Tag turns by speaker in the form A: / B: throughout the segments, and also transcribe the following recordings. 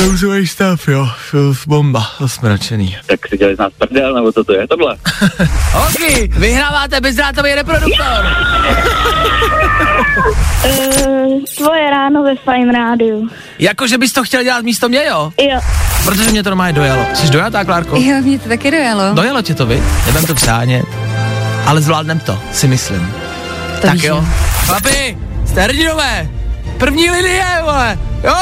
A: Nouzový stav, jo, bomba, to jsme nadšený.
B: Tak si dělali z nás prdel, nebo co to je tohle?
A: Holky, vyhráváte bezdrátový reproduktor.
C: Tvoje ráno ve Fajn rádiu.
A: Jakože bys to chtěl dělat místo mě, jo?
C: Jo.
A: Protože mě to normálně dojelo. Jsi dojatá, Klárko?
D: Jo, mě to taky dojelo.
A: Dojelo tě to, vy? Nebudem to přánět, ale zvládnem to, si myslím.
D: To
A: tak
D: víš,
A: jo. Chlapi, jste hrdinové. První linie, vole. Jo!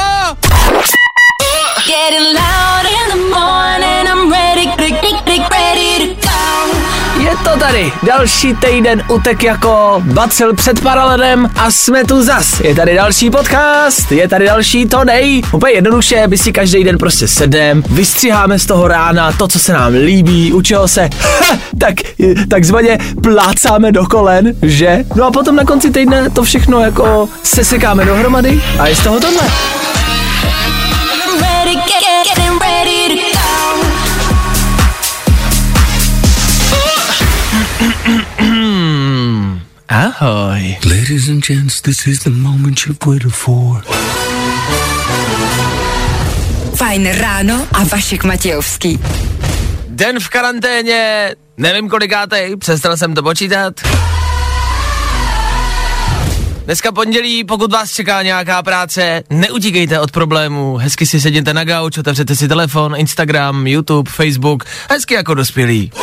A: Je to tady, další týden utek jako bacil před paralelem a jsme tu zas. Je tady další podcast, je tady další to nej. Úplně jednoduše, my si každý den prostě sedem, vystřiháme z toho rána to, co se nám líbí, u čeho se takzvaně plácáme do kolen, že? No a potom na konci týdne to všechno jako sesekáme dohromady a je z toho tohle. Ahoj.
E: Ladies and gents, this is the moment you've waited for.
D: Fajn ráno a Vašek Matějovský.
A: Den v karanténě, nevím kolikátej, přestal jsem to počítat. Dneska pondělí, pokud vás čeká nějaká práce, neutíkejte od problémů, hezky si sedněte na gauč, otevřete si telefon, Instagram, YouTube, Facebook, hezky jako dospělí.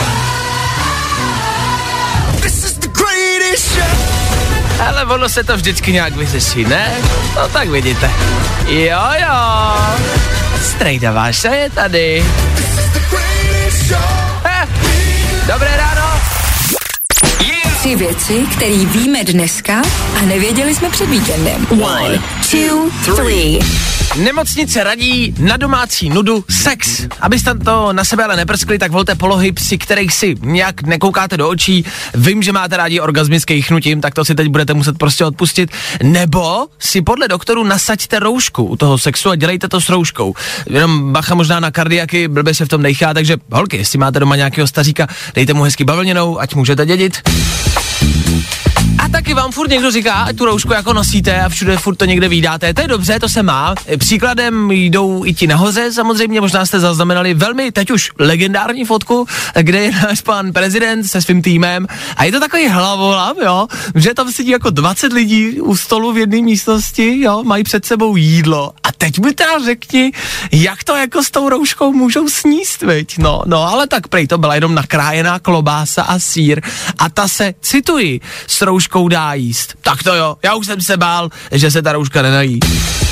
A: Ale ono se to vždycky nějak vyřeší, ne? No tak vidíte. Jo. Strejda Váša je tady. Dobré ráno.
D: 3 věci, které víme dneska a nevěděli jsme před víkendem. 1, 2, 3.
A: Nemocnice radí na domácí nudu sex. Abyste to na sebe ale neprskli, tak volte polohy, při kterých si nějak nekoukáte do očí. Vím, že máte rádi orgasmický chnutím, tak to si teď budete muset prostě odpustit. Nebo si podle doktorů nasaďte roušku u toho sexu a dělejte to s rouškou. Jenom bacha možná na kardiaky, blbě se v tom dejchá, takže holky, jestli máte doma nějakého staříka, dejte mu hezky bavlněnou, ať můžete dědit. A taky vám furt někdo říká, ať tu roušku jako nosíte a všude furt to někde vídáte. To je dobře, to se má. Příkladem jdou i ti nahoře, samozřejmě, možná jste zaznamenali velmi teď už legendární fotku, kde je náš pan prezident se svým týmem a je to takový hlavolam, jo, že tam sedí jako 20 lidí u stolu v jedné místnosti, jo, mají před sebou jídlo. A teď mi teda řekni, jak to jako s tou rouškou můžou sníst, viď? No, ale tak prej to byla jenom nakrájená klobása a sýr a ta se, cituji, s rouškou dá jíst. Tak to jo, já už jsem se bál, že se ta rouška nenají.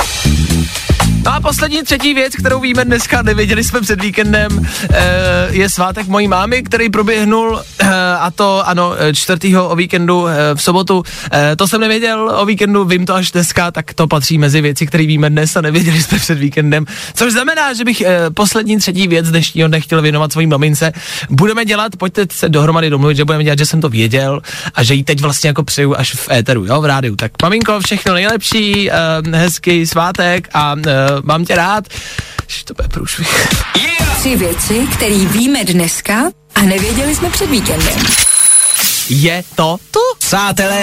A: No a poslední třetí věc, kterou víme dneska, nevěděli jsme před víkendem, je svátek mojí mámy, který proběhnul, a to ano, 4. o víkendu v sobotu. To jsem nevěděl o víkendu, vím to až dneska, tak to patří mezi věci, které víme dnes a nevěděli jsme před víkendem. Což znamená, že bych poslední třetí věc dnešního dne chtěl věnovat svojí mamince. Budeme dělat, pojďte se dohromady domluvit, že budeme dělat, že jsem to věděl a že jí teď vlastně jako přeju až v éteru, jo, v rádiu. Tak maminko, všechno nejlepší, hezký svátek a mám tě rád. To bude průšvih.
D: 3 věci, které víme dneska a nevěděli jsme před víkendem.
A: Je to tu? Přátelé,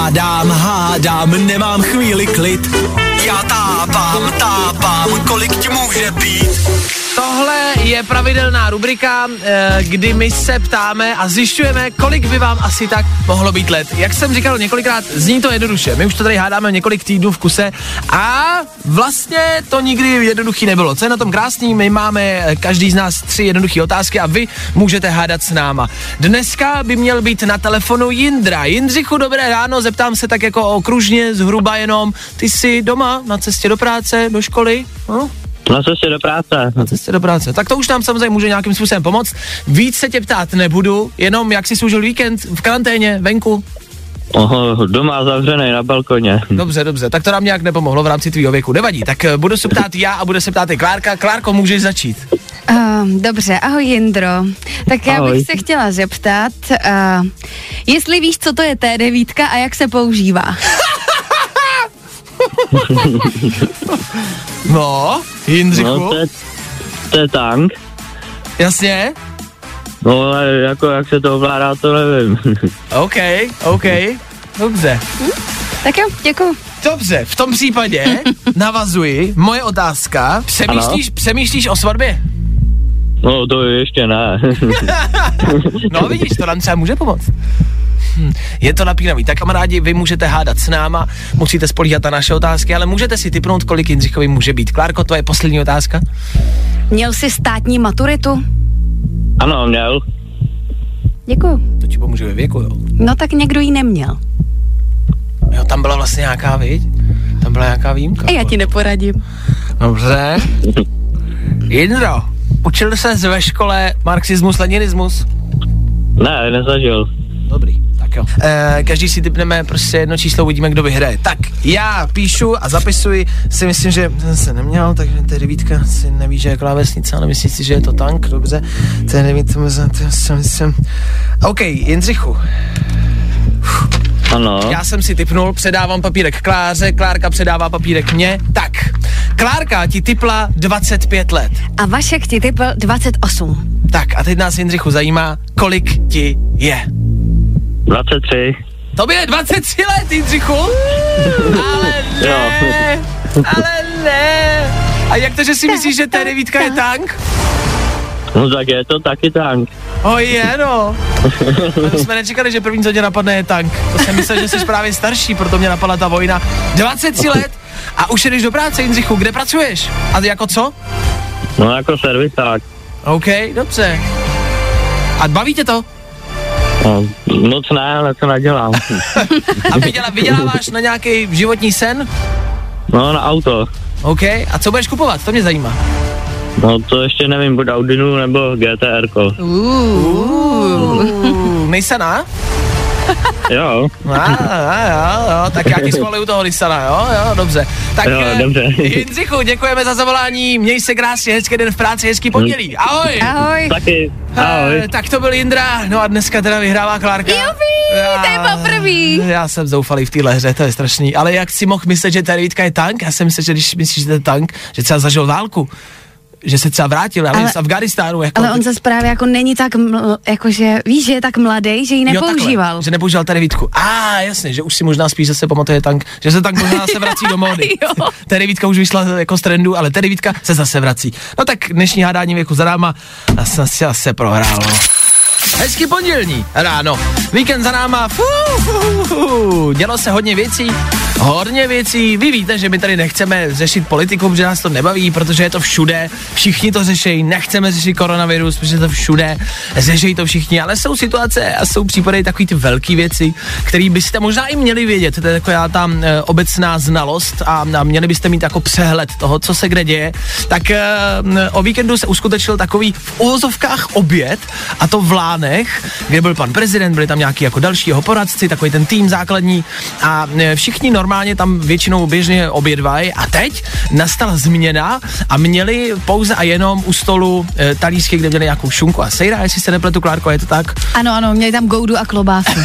A: hádám, nemám chvíli klid. Já tápám, kolik ti může být. Tohle je pravidelná rubrika, kdy my se ptáme a zjišťujeme, kolik by vám asi tak mohlo být let. Jak jsem říkal několikrát, zní to jednoduše. My už to tady hádáme několik týdnů v kuse a vlastně to nikdy jednoduchý nebylo. Co je na tom krásný, my máme každý z nás 3 jednoduché otázky a vy můžete hádat s náma. Dneska by měl být na telefonu Jindra. Jindřichu, dobré ráno, zeptám se tak jako okružně, zhruba jenom, ty jsi doma, na cestě do práce, do školy? No?
B: Na cestě do práce.
A: Na cestě do práce. Tak to už nám samozřejmě může nějakým způsobem pomoct. Víc se tě ptát nebudu, jenom jak jsi užil víkend v karanténě, venku?
B: Doma zavřenej na balkoně.
A: Dobře, tak to nám nějak nepomohlo v rámci tvýho věku. Nevadí, tak budu se ptát já a bude se ptát i Klárka. Klárko, můžeš začít.
D: Dobře, ahoj Jindro. Tak já bych se chtěla zeptat, jestli víš, co to je T9 a jak se používá.
A: No, Jindřichu.
B: No, to je tank.
A: Jasně.
B: No, ale jako jak se to ovládá, to nevím.
A: OK. Dobře.
D: Tak jo, děkuju.
A: Dobře, v tom případě navazuji, moje otázka. Přemýšlíš o svatbě?
B: No to ještě ne.
A: No vidíš, to nám třeba může pomoct. Je to napínavý. Tak kamarádi, vy můžete hádat s náma, musíte spolíhat na naše otázky, ale můžete si tipnout, kolik Jindřichovi může být. Klárko, to je poslední otázka.
D: Měl jsi státní maturitu?
B: Ano, měl.
D: Děkuju.
A: To ti pomůže ve věku, jo.
D: No tak někdo ji neměl.
A: Jo, tam byla vlastně nějaká, viď? Tam byla nějaká výjimka.
D: Já ti neporadím.
A: Dobře. Jindro, učil ses ve škole marxismus, leninismus?
B: Ne, nezažil.
A: Dobrý, tak jo. Každý si tipneme prostě jedno číslo, uvidíme, kdo vyhraje. Tak, já píšu a zapisuji, si myslím, že se neměl, takže to je 9, si neví, že je klávesnice, ale myslíš si, že je to tank, dobře. To je 9, to myslím. OK, Jindřichu.
B: Ano.
A: Já jsem si tipnul, předávám papírek Kláře, Klárka předává papírek mně. Tak, Klárka ti tipla 25 let.
D: A Vašek ti tipl 28.
A: Tak a teď nás, Jindřichu, zajímá, kolik ti je.
B: 23.
A: Tobě je 23 let, Jindřichu? Ale ne. A jak to, že si myslíš, že ta 9 je tank?
B: No tak je to taky tank.
A: No. My jsme nečekali, že první, co tě napadne, je tank. To jsem myslel, že jsi právě starší, proto mě napadla ta vojna. 23 let a už jdeš do práce, Jindřichu, kde pracuješ? A ty jako co?
B: No jako servisák.
A: OK, dobře. A baví tě to?
B: No, moc ne, ale to nedělám.
A: A vyděláváš na nějaký životní sen?
B: No na auto.
A: OK, a co budeš kupovat? To mě zajímá.
B: No to ještě nevím, buď Audinu nebo GTR-ko.
A: Nissana?
B: Jo.
A: Jo, tak já ti schvaluju toho Nissana, jo, dobře. Tak
B: jo, dobře.
A: Jindřichu, děkujeme za zavolání, měj se krásně, hezký den v práci, hezký pondělí, ahoj.
D: Ahoj.
B: Taky, ahoj.
A: Tak to byl Jindra, no a dneska teda vyhrává Klárka.
D: To je poprvý.
A: Já jsem zoufalý v téhle hře, to je strašný, ale jak si mohl myslet, že ta 9 je tank? Já jsem myslel, že když myslíš, že to je tank, že třeba zažil válku. Že se třeba vrátil, ale z Afghánistánu. Jako
D: ale on zase právě jako není tak, jakože víš, že je tak mladý, že ji nepoužíval.
A: Takhle, že nepoužíval ta 9. Jasně, že už si možná spíš zase pamatuje tank, že se tank možná se vrací do módy. Ta 9 už vyšla jako z trendu, ale ta 9 se zase vrací. No tak dnešní hádání věku za náma se prohrálo. Hezký pondělní ráno, víkend za náma, dělo se hodně věcí, vy víte, že my tady nechceme řešit politiku, protože nás to nebaví, protože je to všude, všichni to řeší, nechceme řešit koronavirus, protože je to všude, řeší to všichni, ale jsou situace a jsou případy takový ty velký věci, které byste možná i měli vědět, to je taková ta obecná znalost a měli byste mít jako přehled toho, co se kde děje, tak o víkendu se uskutečnil takový v uvozovkách oběd, a to v Lánech, kde byl pan prezident, byli tam nějaký jako další jeho poradci, takový ten tým základní a všichni normálně tam většinou běžně obědvají a teď nastala změna a měli pouze a jenom u stolu talířky, kde měli nějakou šunku a sejra, jestli se nepletu, Klárko, je to tak?
D: Ano, měli tam goudu a klobásu.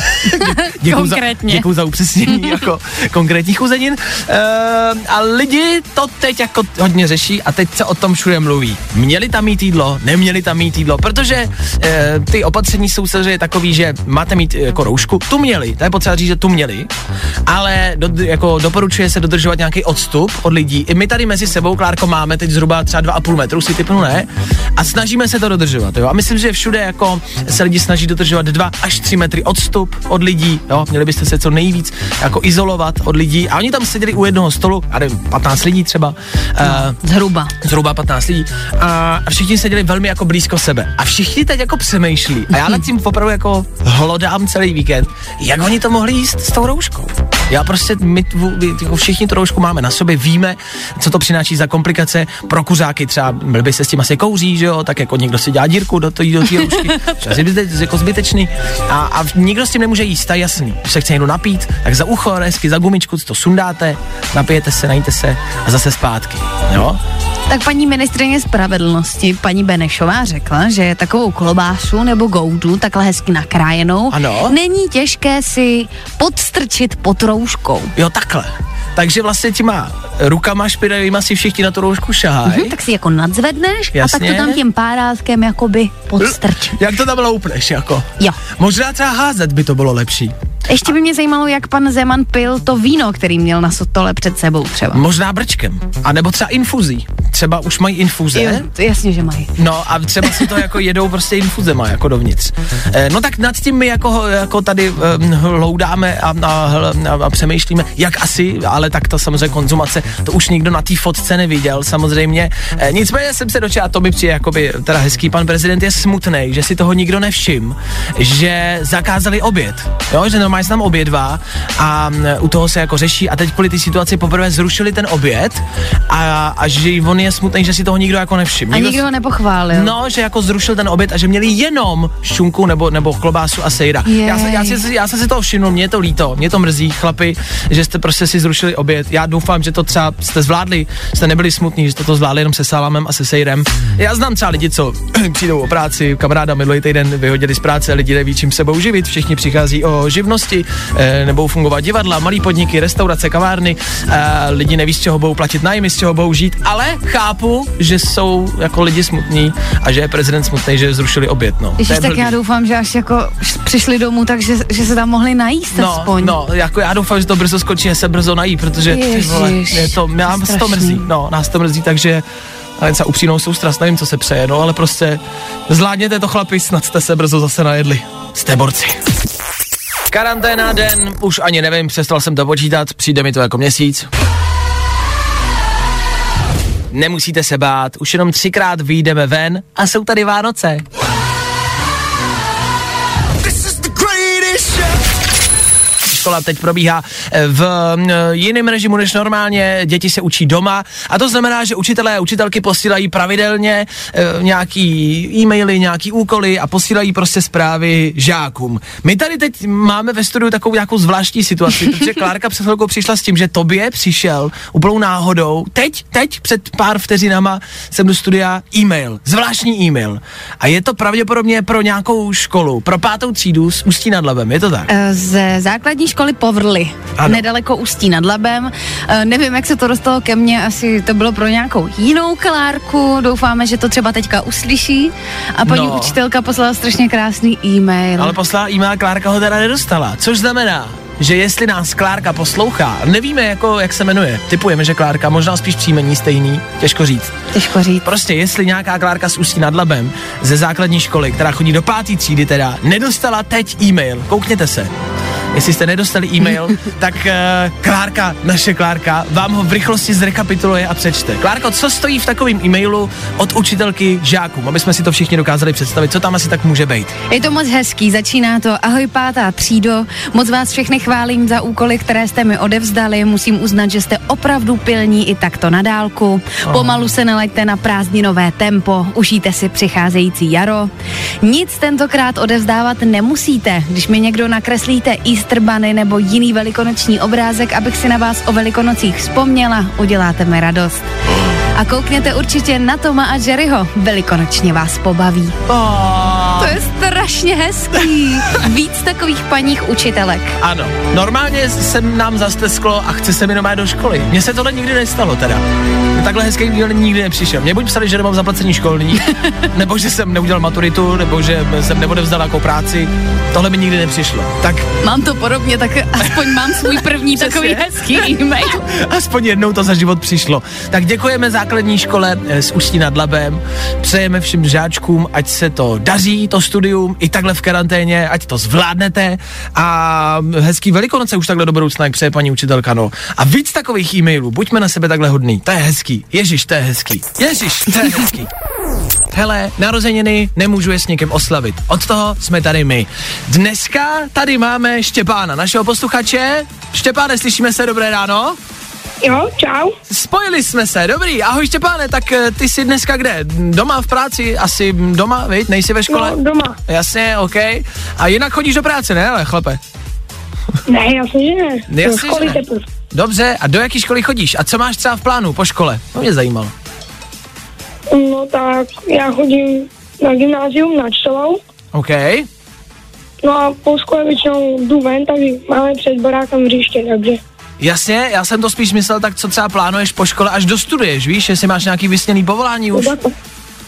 A: Děkuju za upřesnění jako konkrétních uzenin. A lidi to teď jako hodně řeší a teď se o tom všude mluví. Měli tam mít jídlo, neměli tam mít jídlo, protože ty opatření jsou samozřejmě takový, že máte mít jako roušku, tu měli, to je potřeba říct, že tu měli, ale jako doporučuje se dodržovat nějaký odstup od lidí. I my tady mezi sebou, Klárko, máme teď zhruba třeba 2,5 metru, si typnu, ne? A snažíme se to dodržovat, jo? A myslím, že všude jako se lidi snaží dodržovat 2 až 3 metry odstup od lidí, jo? Měli byste se co nejvíc jako izolovat od lidí. A oni tam seděli u jednoho stolu, a 15 lidí třeba. Zhruba 15 lidí. A všichni seděli velmi jako blízko sebe. A všichni teď jako přemýšlí. A já nad tím opravdu jako hlodám celý víkend, jak oni to mohli jíst s tou rouškou. Já prostě, my všichni tu roušku máme na sobě, víme, co to přináší za komplikace. Pro kuřáky třeba, blbě se s tím asi kouří, že jo, tak jako někdo si dělá dírku do té roušky, jako zbytečný. A nikdo s tím nemůže jíst, to je jasný. Když se chce někdo napít, tak za ucho, hezky za gumičku to sundáte, napijete se, najíte se a zase zpátky, jo.
D: Tak paní ministryně spravedlnosti, paní Benešová, řekla, že takovou klobásu nebo goudu, takhle hezky nakrájenou,
A: ano?
D: Není těžké si podstrčit pod rouškou.
A: Jo, takhle. Takže vlastně těma rukama špinavýma si všichni na tu roušku šahají.
D: Tak si jako nadzvedneš.
A: Jasně.
D: A tak to tam tím párátkem jakoby podstrčíš.
A: Jak to tam loupneš, jako?
D: Jo.
A: Možná třeba házet by to bylo lepší.
D: Ještě by mě zajímalo, jak pan Zeman pil to víno, který měl na stole před sebou třeba.
A: Možná brčkem, a nebo třeba infuzí. Třeba už mají infuze.
D: Jo, jasně, že mají.
A: No a třeba si to jako jedou prostě infuzema jako dovnitř. No tak nad tím my jako tady hloudáme a přemýšlíme, jak asi, ale tak to samozřejmě konzumace, to už nikdo na té fotce neviděl samozřejmě. Nicméně jsem se dočetl, a to mi přijde jakoby teda hezký, pan prezident je smutnej, že si toho nikdo nevšiml, že zakázali oběd, jo, že normálně se tam obědvá a u toho se jako řeší a teď kvůli té situaci poprvé zrušili ten oběd a že on je smutný, že si toho nikdo jako nevšiml.
D: A nikdo ho nepochválil.
A: No, že jako zrušil ten oběd a že měli jenom šunku nebo klobásu a sejra. Já jsem si toho všiml, mě je to líto, mě to mrzí, chlapi, že jste prostě si zrušili oběd. Já doufám, že to třeba jste zvládli, jste nebyli smutní, že jste to zvládli jenom se salamem a se sejrem. Já znám třeba lidi, co přijdou o práci, kamaráda minulý týden vyhodili z práce, lidi neví, čím se budou živit, všichni přichází o živnosti, nebudou fungovat divadla, malý podniky, restaurace, kavárny, lidi neví, z čeho budou platit nájmy, z čeho budou žít, ale chápu, že jsou jako lidi smutní a že je prezident smutný, že zrušili oběd, no.
D: Ježiš, tak já doufám, že až jako přišli domů, takže že se tam mohli najíst aspoň.
A: No, jako já doufám, že to brzo skočí, se brzo nají, protože ty vole, nás to mrzí, takže ale za upřímnou soustrast, nevím, co se přeje, no, ale prostě zvládněte to, chlapi, snad jste se brzo zase najedli. Jste borci. Karanténa den, už ani nevím, přestal jsem to počítat, přijde mi to jako měsíc. Nemusíte se bát, už jenom 3krát vyjdeme ven a jsou tady Vánoce. Škola teď probíhá v jiném režimu než normálně, děti se učí doma a to znamená, že učitelé a učitelky posílají pravidelně nějaký e-maily, nějaký úkoly a posílají prostě zprávy žákům. My tady teď máme ve studiu takovou nějakou zvláštní situaci, protože Klárka před chvilkou přišla s tím, že tobě přišel úplnou náhodou, teď před pár vteřinama jsem do studia e-mail, zvláštní e-mail a je to pravděpodobně pro nějakou školu, pro 5. třídu z Ústí nad Labem, je to tak?
D: Ze základní školy Povrly, nedaleko Ústí nad Labem. Nevím, jak se to dostalo ke mně, asi to bylo pro nějakou jinou Klárku, doufáme, že to třeba teďka uslyší a paní učitelka poslala strašně krásný e-mail.
A: Ale poslala e-mail, Klárka ho teda nedostala, což znamená, že jestli nás Klárka poslouchá, nevíme jako, jak se jmenuje, tipujeme, že Klárka, možná spíš příjmení stejný, těžko říct. Prostě jestli nějaká Klárka z Ústí nad Labem ze základní školy, která chodí do 5. třídy teda, nedostala teď e-mail, koukněte se. Jestli jste nedostali e-mail, tak Klárka, naše Klárka, vám ho v rychlosti zrekapituluje a přečte. Klárko, co stojí v takovém e-mailu od učitelky žákům, aby jsme si to všichni dokázali představit, co tam asi tak může být?
D: Je to moc hezký, začíná to: ahoj 5. třído, moc vás všechny chválím za úkoly, které jste mi odevzdali, musím uznat, že jste opravdu pilní i takto na dálku. Pomalu se nalaďte na prázdninové tempo, užijte si přicházející jaro. Nic tentokrát odevzdávat nemusíte, když mi někdo nakreslíte Easter bunny nebo jiný velikonoční obrázek, abych si na vás o Velikonocích vzpomněla, uděláte mi radost. A koukněte určitě na Toma a Jerryho, velikonočně vás pobaví. To je strašně hezký. Víc takových paních učitelek.
A: Ano, normálně se nám zastesklo a chce se mi nomé do školy. Mně se tohle nikdy nestalo teda. Takhle hezký nikdy nepřišel. Mě buď psali, že nemám zaplacení školní, nebo že jsem neudělal maturitu, nebo že jsem neodevzdal jako práci. Tohle mi nikdy nepřišlo. Tak
D: mám to podobně, tak aspoň mám svůj první takový hezký e-mail.
A: Aspoň jednou to za život přišlo. Tak děkujeme základní škole z Ústí nad Labem. Přejeme všem žáčkům, ať se to daří, to studium, i takhle v karanténě, ať to zvládnete a hezký Velikonoce už takhle do budoucna, jak přeje paní učitelka, no. A víc takových e-mailů, buďme na sebe takhle hodný, to je hezký. Ježiš, to je hezký. Hele, narozeniny nemůžu je s někým oslavit. Od toho jsme tady my. Dneska tady máme Štěpána, našeho posluchače. Štěpáne, slyšíme se, dobré ráno?
C: Jo, čau.
A: Spojili jsme se, dobrý. Ahoj Štěpáne, tak ty jsi dneska kde? Doma v práci? Asi doma, viď? Nejsi ve škole?
C: No, doma.
A: Jasně, OK. A jinak chodíš do práce, ne, ale chlape?
C: Ne, jasně, že ne.
A: Jasně, že ne. Dobře, a do jaký školy chodíš? A co máš třeba v plánu po škole? To mě zajímalo.
C: No tak, já chodím na gymnázium na Čtovou.
A: OK.
C: No a po škole většinou jdu ven, takže máme před barákem hřiště, takže.
A: Jasně, já jsem to spíš myslel, tak co třeba plánuješ po škole, až dostuduješ, víš, jestli máš nějaký vysněný povolání už?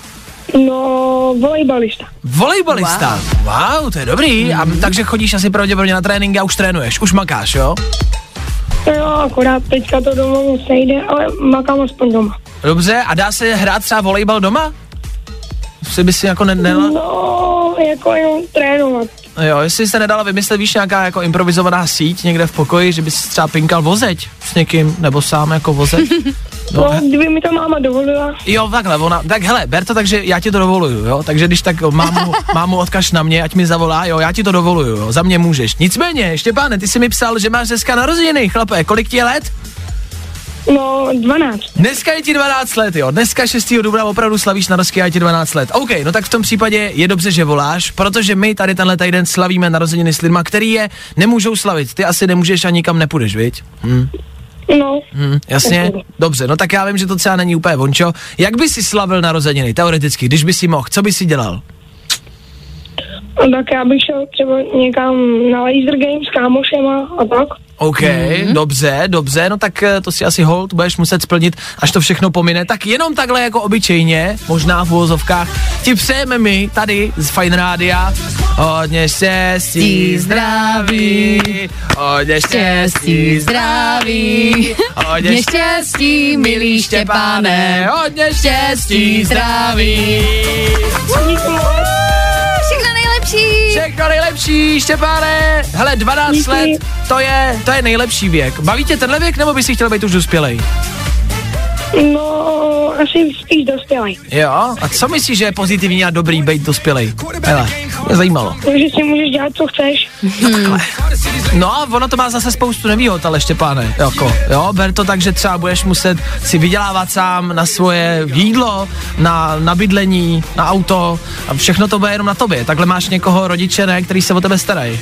C: No, volejbalista.
A: Volejbalista. Wow, to je dobrý. A takže chodíš asi pravděpodobně na tréninky a už trénuješ, už makáš, jo?
C: Jo, akorát teďka to doma moc nejde, ale makám aspoň doma.
A: Dobře, a dá se hrát třeba volejbal doma? Si by si jako
C: No, jako jenom trénovat.
A: Jo, jestli se nedala vymyslet, víš, nějaká jako improvizovaná síť někde v pokoji, že bys třeba pinkal vozeď s někým, nebo sám jako vozeď.
C: No, kdyby mi to máma dovolila.
A: Jo, takhle, tak hele, ber to tak, že já ti to dovoluju, jo, takže když tak mámu odkaž na mě, ať mi zavolá, jo, já ti to dovoluju, jo, za mě můžeš. Nicméně, Štěpáne, ty jsi mi psal, že máš dneska narozeniny, chlape, kolik ti je let?
C: No, 12.
A: Dneska je ti 12 let, jo, dneska 6. dubna opravdu slavíš narozky a je ti 12 let. OK, no tak v tom případě je dobře, že voláš, protože my tady tenhle týden slavíme narozeniny s lidma, který je nemůžou slavit. Ty asi nemůžeš a nikam nepůjdeš, viď?
C: No.
A: Jasně, dobře, no tak já vím, že to třeba není úplně vončo. Jak by si slavil narozeniny, teoreticky, když by si mohl, co by si dělal?
C: No, tak já bych šel třeba někam na laser game s kámošema a tak.
A: OK, dobře, no tak to si asi hold budeš muset splnit, až to všechno pomine. Tak jenom takhle jako obyčejně, možná v uvozovkách, ti přejeme my tady z Fajn Rádia hodně štěstí, zdraví, hodně štěstí, zdraví, hodně štěstí, milý Štěpáne, hodně štěstí, zdraví. Všechno nejlepší, Štěpáne. Hele, 12 let, to je nejlepší věk. Baví tě tenhle věk, nebo bys si chtěl být už dospělej?
C: No, asi spíš dospělej.
A: Jo? A co myslíš, že je pozitivní a dobrý být dospělej? Hele, mě zajímalo.
C: Takže si můžeš dělat, co chceš.
A: No a ono to má zase spoustu nevýhod, ale Štěpáne, jako, jo, ber to tak, že třeba budeš muset si vydělávat sám na svoje jídlo, na bydlení, na auto a všechno to bude jenom na tobě. Takhle máš někoho rodiče, ne, který se o tebe starají.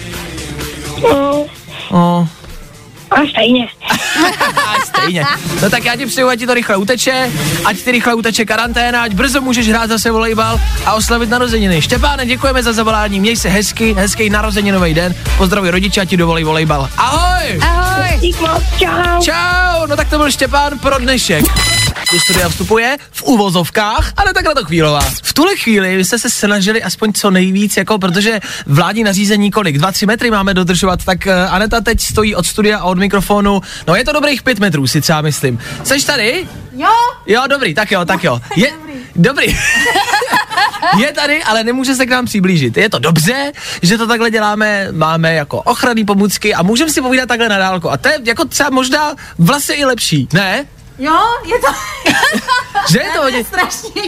C: No. A stejně.
A: Stejně. No tak já ti přeju, ať ti to rychle uteče, ať ti rychle uteče karanténa, ať brzo můžeš hrát zase volejbal a oslavit narozeniny. Štěpáne, děkujeme za zavolání, měj se hezký narozeninový den, pozdravuj rodiče a ti dovolí volejbal. Ahoj!
D: Ahoj!
C: Dík moc, čau!
A: Čau, no tak to byl Štěpán pro dnešek. Do studia vstupuje v uvozovkách, ale takhle to chvílová. V tuhle chvíli vy jste se snažili aspoň co nejvíc, jako protože vládní nařízení kolik? 2-3 metry máme dodržovat, tak Aneta teď stojí od studia a od mikrofonu, no je to dobrých 5 metrů, si třeba myslím. Jseš tady?
D: Jo.
A: Jo, dobrý, tak jo. Je, dobrý. Je tady, ale nemůže se k nám přiblížit. Je to dobře, že to takhle děláme, máme jako ochranný pomůcky a můžeme si povídat takhle na dálku. A to je jako třeba možná vlastně i lepší, ne?
F: Jo, je to...
A: Že je to hodně...
F: strašně.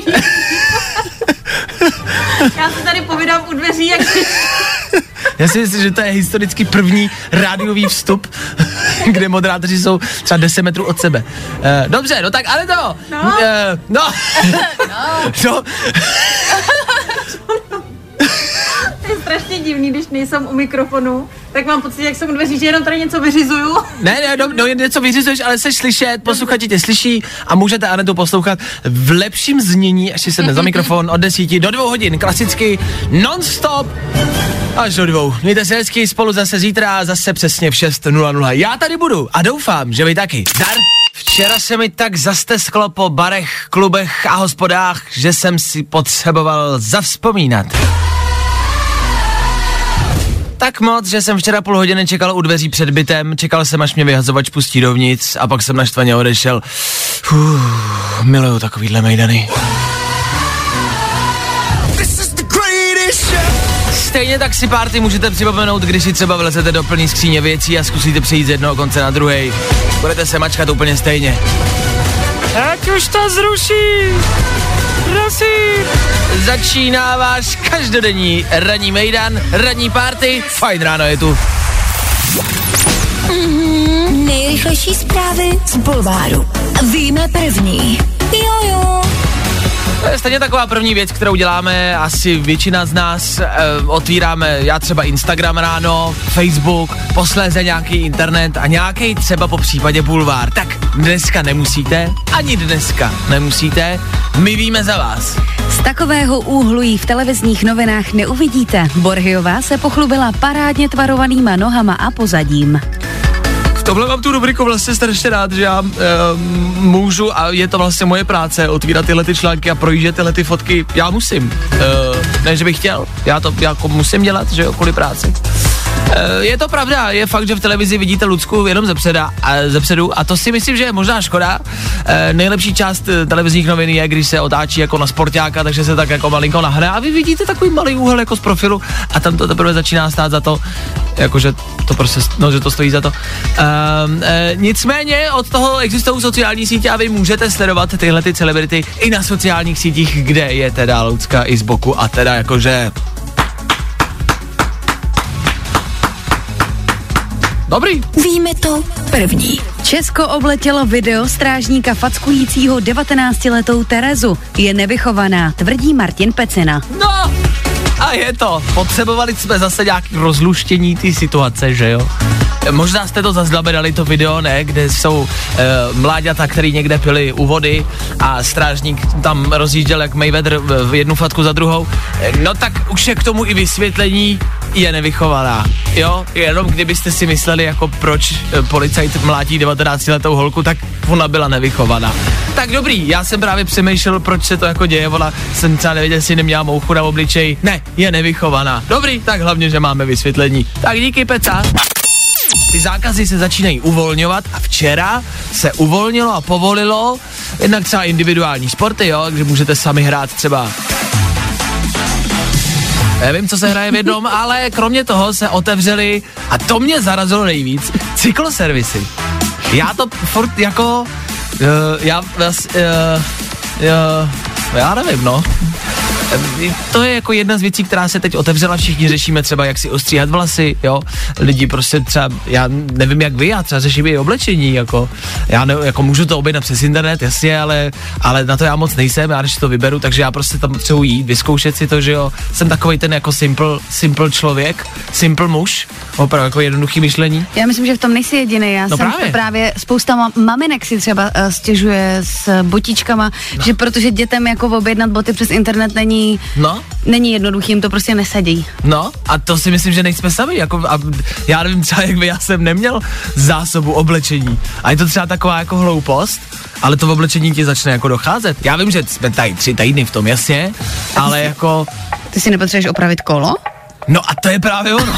F: Já se tady povídám u dveří, jak...
A: Já si myslím, že to je historicky první rádiový vstup, kde moderátoři jsou třeba 10 metrů od sebe. Dobře, no tak ale to... No.
F: To je strašně divný, když nejsem u mikrofonu, tak mám pocit, jak jsem u dveří, že jenom tady něco vyřizuju.
A: Ne, něco vyřizuješ, ale jsi slyšet, posluchači tě slyší a můžete Anetu poslouchat v lepším znění, až si sedne za mikrofon od 10 do 2 hodin, klasicky non-stop až do 2. Mějte se hezky, spolu zase zítra, zase přesně v 6:00. Já tady budu a doufám, že vy taky. Dar! Včera se mi tak zastesklo po barech, klubech a hospodách, že jsem si potřeboval zavzpomínat. Tak moc, že jsem včera půl hodiny čekal u dveří před bytem, čekal jsem, až mě vyhazovač pustí dovnitř a pak jsem naštvaně odešel. Miluju takovýhle mejdany. Stejně tak si párty můžete připomenout, když si třeba vlezete do plný skříně věcí a zkusíte přejít z jednoho konce na druhej. Budete se mačkat úplně stejně. Ať už to zruší! Prosím! Začíná váš každodenní ranní mejdan, ranní party, Fajn ráno je tu.
G: Nejrychlejší zprávy z bulváru. Víme první. Jo.
A: To je stejně taková první věc, kterou děláme asi většina z nás. Otvíráme já třeba Instagram ráno, Facebook, posléze nějaký internet a nějaký třeba po případě bulvár. Tak dneska nemusíte, ani dneska nemusíte, my víme za vás.
D: Z takového úhlu jí v televizních novinách neuvidíte. Borhiová se pochlubila parádně tvarovanýma nohama a pozadím.
A: v tomhle mám tu rubriku vlastně strašně rád, že já můžu, a je to vlastně moje práce, otvírat tyhle ty články a projíždět tyhle ty fotky. Já musím. Ne, že bych chtěl. Já to jako musím dělat, že jo, kvůli práci. Je to pravda, je fakt, že v televizi vidíte Lucku jenom zepředu a to si myslím, že je možná škoda. Nejlepší část televizních novin je, když se otáčí jako na sportáka, takže se tak jako malinko nahne a vy vidíte takový malý úhel jako z profilu a tam to teprve začíná stát za to, jakože to prostě, no, že to stojí za to. Nicméně od toho existují sociální sítě a vy můžete sledovat tyhle ty celebrity i na sociálních sítích, kde je teda Lucka i z boku a teda jakože... Dobrý.
G: Víme to první.
D: Česko obletělo video strážníka fackujícího 19letou Terezu. Je nevychovaná, tvrdí Martin Pecina.
A: No a je to. Potřebovali jsme zase nějaký rozluštění ty situace, že jo? Možná jste to zaznamenali, to video, ne? Kde jsou mláďata, který někde pili u vody a strážník tam rozjížděl jak Mayweather v jednu fatku za druhou. No tak už je k tomu i vysvětlení, je nevychovaná, jo? Jenom kdybyste si mysleli, jako proč policajt mlátí 19letou holku, tak ona byla nevychovaná. Tak dobrý, já jsem právě přemýšlel, proč se to jako děje, ona jsem třeba nevěděl, jestli neměla mouchu na obličeji. Ne, je nevychovaná. Dobrý, tak hlavně, že máme vysvětlení. Tak díky, Peca. Ty zákazy se začínají uvolňovat a včera se uvolnilo a povolilo jednak třeba individuální sporty, jo, kde můžete sami hrát třeba, nevím, co se hraje v jednom, ale kromě toho se otevřely, a to mě zarazilo nejvíc, cykloservisy. Já to furt jako, já nevím, no. To je jako jedna z věcí, která se teď otevřela, všichni řešíme třeba, jak si ostříhat vlasy, jo, lidi prostě třeba, já nevím jak vy, já třeba řeším i oblečení, jako, já ne, jako můžu to objednat přes internet, jasně, ale na to já moc nejsem, já než to vyberu, takže já prostě tam potřebuji jít, vyzkoušet si to, že jo, jsem takovej ten jako simple člověk, simple muž, opravdu jako jednoduchý myšlení.
D: Já myslím, že v tom nejsi jediný, já jsem právě spousta maminek si třeba stěžuje s botičkama, že protože dětem jako objednat boty přes internet není jednoduchý, jim to prostě nesadí. No
A: a to si myslím, že nejsme sami, jako a já nevím třeba jak by, já jsem neměl zásobu oblečení a je to třeba taková jako hloupost, ale to oblečení ti začne jako docházet. Já vím, že jsme tady 3 týdny v tom, jasně, ale jako...
D: Ty si nepotřebuješ opravit kolo?
A: No a to je právě ono.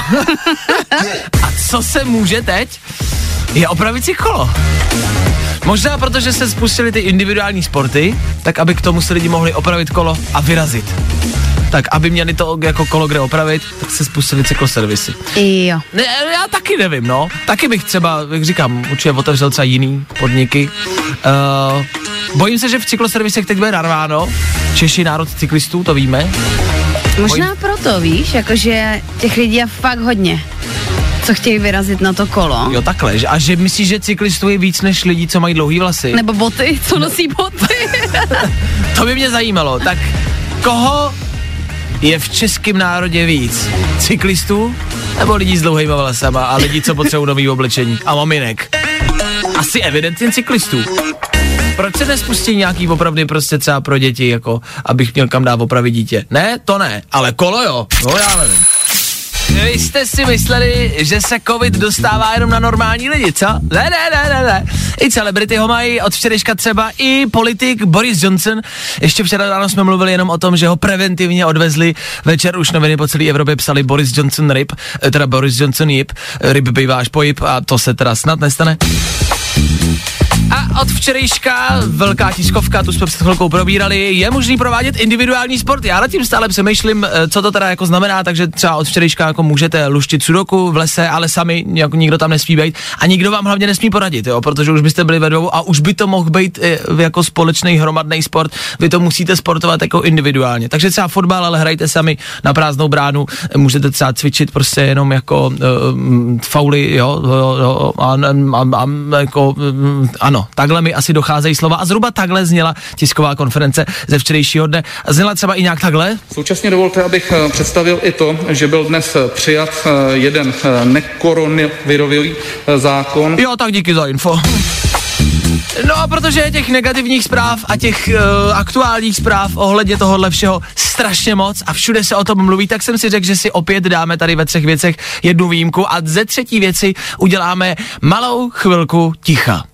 A: A co se může teď? Je opravit si kolo. Možná protože se spustily ty individuální sporty, tak aby k tomu se lidi mohli opravit kolo a vyrazit. Tak aby měli to jako kolo kde opravit, tak se spustily cykloservisy.
D: Jo.
A: Ne, já taky nevím, no. Taky bych třeba, jak říkám, určitě otevřel třeba jiný podniky. Bojím se, že v cykloservisech teď bude narváno. Češi národ cyklistů, to víme.
D: Možná proto, víš, jakože těch lidí je fakt hodně, co chtějí vyrazit na to kolo.
A: Jo, takhle, a že myslíš, že cyklistů je víc než lidí, co mají dlouhý vlasy?
D: Nebo boty, co nosí boty.
A: To by mě zajímalo, tak koho je v českém národě víc? Cyklistů nebo lidí s dlouhýma vlasama a lidí, co potřebují nový oblečení a maminek? Asi evidentně cyklistů. Proč se nespustí nějaký opravdy prostě třeba pro děti, jako abych měl kam dát opravit dítě? Ne, to ne, ale kolo jo, no já nevím. Vy jste si mysleli, že se covid dostává jenom na normální lidi, co? Ne. I celebrity ho mají, od včerejška třeba i politik Boris Johnson. Ještě včera ráno jsme mluvili jenom o tom, že ho preventivně odvezli. Večer už noviny po celé Evropě psali Boris Johnson ryb, teda Boris Johnson jip, ryb bývá až pojib a to se teda snad nestane. A od včerejška velká tiskovka, tu jsme před chvilkou probírali, je možný provádět individuální sport. Já nad tím stále přemýšlím, co to teda jako znamená, takže třeba od včerejška jako můžete luštit sudoku v lese, ale sami jako nikdo tam nesmí být a nikdo vám hlavně nesmí poradit, jo, protože už byste byli ve dvou a už by to mohl být jako společný hromadný sport. Vy to musíte sportovat jako individuálně. Takže třeba fotbal, ale hrajte sami na prázdnou bránu, můžete třeba cvičit prostě jenom jako fauly, jo a jako ano, takhle mi asi docházejí slova a zhruba takhle zněla tisková konference ze včerejšího dne. Zněla třeba i nějak takhle?
H: Současně dovolte, abych představil i to, že byl dnes přijat jeden nekoronavirový zákon.
A: Jo, tak díky za info. No a protože těch negativních zpráv a těch aktuálních zpráv ohledně tohohle všeho strašně moc a všude se o tom mluví, tak jsem si řekl, že si opět dáme tady ve 3 věcech jednu výjimku a ze 3. věci uděláme malou chvilku ticha.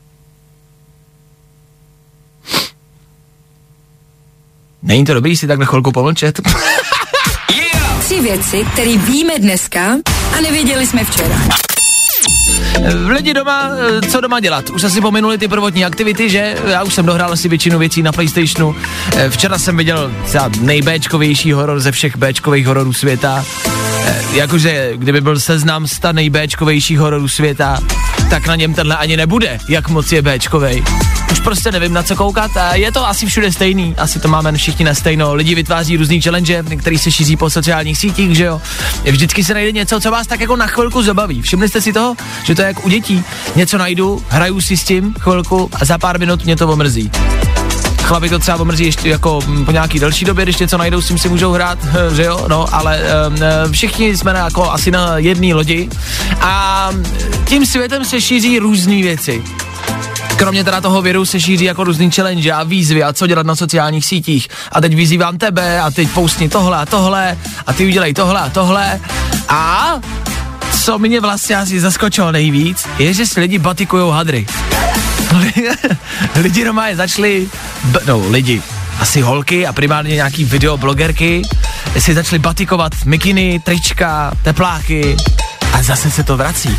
A: Není to dobrý si takhle chvilku pomlčet?
G: 3 věci, které víme dneska a nevěděli jsme včera.
A: Lidi doma, co doma dělat? Už asi pominuli ty prvotní aktivity, že? Já už jsem dohrál asi většinu věcí na PlayStationu. Včera jsem viděl třeba nejbéčkovější horor ze všech béčkových hororů světa. Jakože, kdyby byl seznam 100 nejbéčkovějších hororů světa, tak na něm tenhle ani nebude, jak moc je béčkovej. Už prostě nevím, na co koukat a je to asi všude stejný, asi to máme všichni na stejno. Lidi vytváří různý challenge, který se šíří po sociálních sítích, že jo. Vždycky se najde něco, co vás tak jako na chvilku zabaví. Všimli jste si toho, že to je jak u dětí. Něco najdu, hraju si s tím chvilku a za pár minut mě to omrzí. Chlapi to třeba omrzí ještě jako po nějaký delší době, když něco najdou, s tím si můžou hrát, že jo, no, ale všichni jsme jako asi na jedné lodi a tím světem se šíří různý věci. Kromě teda toho viru se šíří jako různý challenge a výzvy a co dělat na sociálních sítích. A teď vyzývám tebe a teď postni tohle a tohle a ty udělej tohle a tohle. A co mě vlastně asi zaskočilo nejvíc, je, že si lidi batikujou hadry. Lidi doma je začali, lidi, asi holky a primárně nějaký videoblogerky si začali batikovat mikiny, trička, tepláky a zase se to vrací.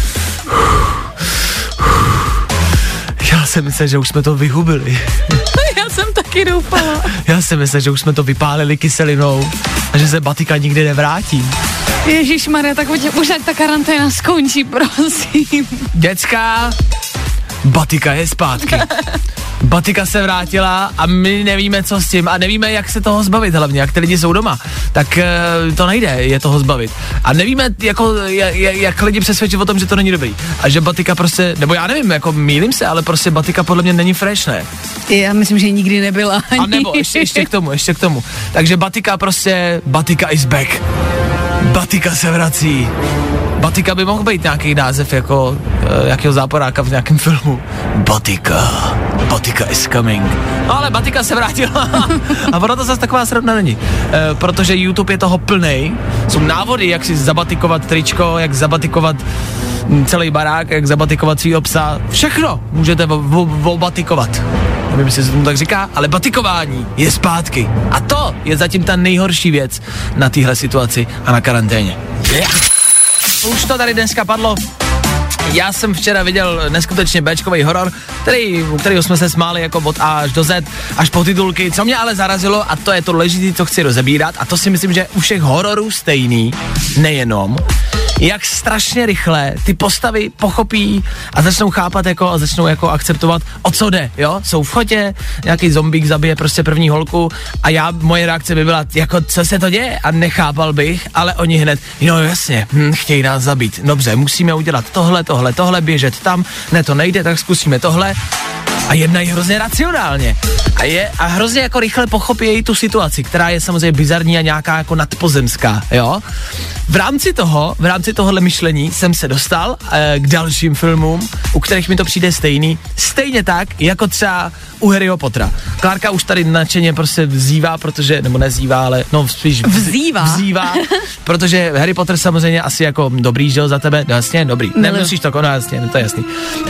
A: Já jsem myslel, že už jsme to vyhubili.
D: Já jsem taky doufala.
A: Já jsem myslel, že už jsme to vypálili kyselinou a že se batika nikdy nevrátí.
D: Ježišmarja, tak už ať ta karanténa skončí, prosím.
A: Děcka, batika je zpátky. Batika se vrátila a my nevíme, co s tím a nevíme, jak se toho zbavit hlavně, jak ty lidi jsou doma, tak to nejde je toho zbavit. A nevíme, jako, jak lidi přesvědčit o tom, že to není dobrý. A že batika prostě, nebo já nevím, jako mýlím se, ale prostě batika podle mě není fresh, ne?
D: Já myslím, že nikdy nebyla.
A: A nebo ještě k tomu. Takže batika is back. Batika se vrací. Batika by mohl být nějaký název jako jakého záporáka v nějakém filmu. Batika is coming. No ale batika se vrátila a ono to zase taková srovna není. Protože YouTube je toho plnej. Jsou návody, jak si zabatikovat tričko, jak zabatikovat celý barák, jak zabatikovat svýho psa. Všechno můžete obatikovat. Nevím, jestli se tomu tak říká, ale batikování je zpátky. A to je zatím ta nejhorší věc na téhle situaci a na karanténě. Už to tady dneska padlo. Já jsem včera viděl neskutečně béčkový horor, u kterého jsme se smáli jako od A až do Z, až po titulky. Co mě ale zarazilo, a to je to důležité, co chci rozebírat, a to si myslím, že u všech hororů stejný, nejenom, jak strašně rychle ty postavy pochopí a začnou chápat jako a začnou jako akceptovat, o co jde, jo? Jsou v chodě, nějaký zombík zabije prostě první holku a moje reakce by byla, jako co se to děje a nechápal bych, ale oni hned, no jasně, chtějí nás zabít, dobře, musíme udělat tohle, běžet tam, ne to nejde, tak zkusíme tohle a jednají hrozně racionálně a hrozně jako rychle pochopí tu situaci, která je samozřejmě bizarní a nějaká jako nadpozemská, jo? V rámci tohohle myšlení jsem se dostal k dalším filmům, u kterých mi to přijde stejně tak, jako třeba u Harryho Pottera. Klárka už tady nadšeně prostě vzývá, protože, nebo nezývá, ale no spíš vzývá, protože Harry Potter samozřejmě asi jako dobrý, že jo, za tebe, no jasně, dobrý, nemusíš to, no jasně, no to je jasný.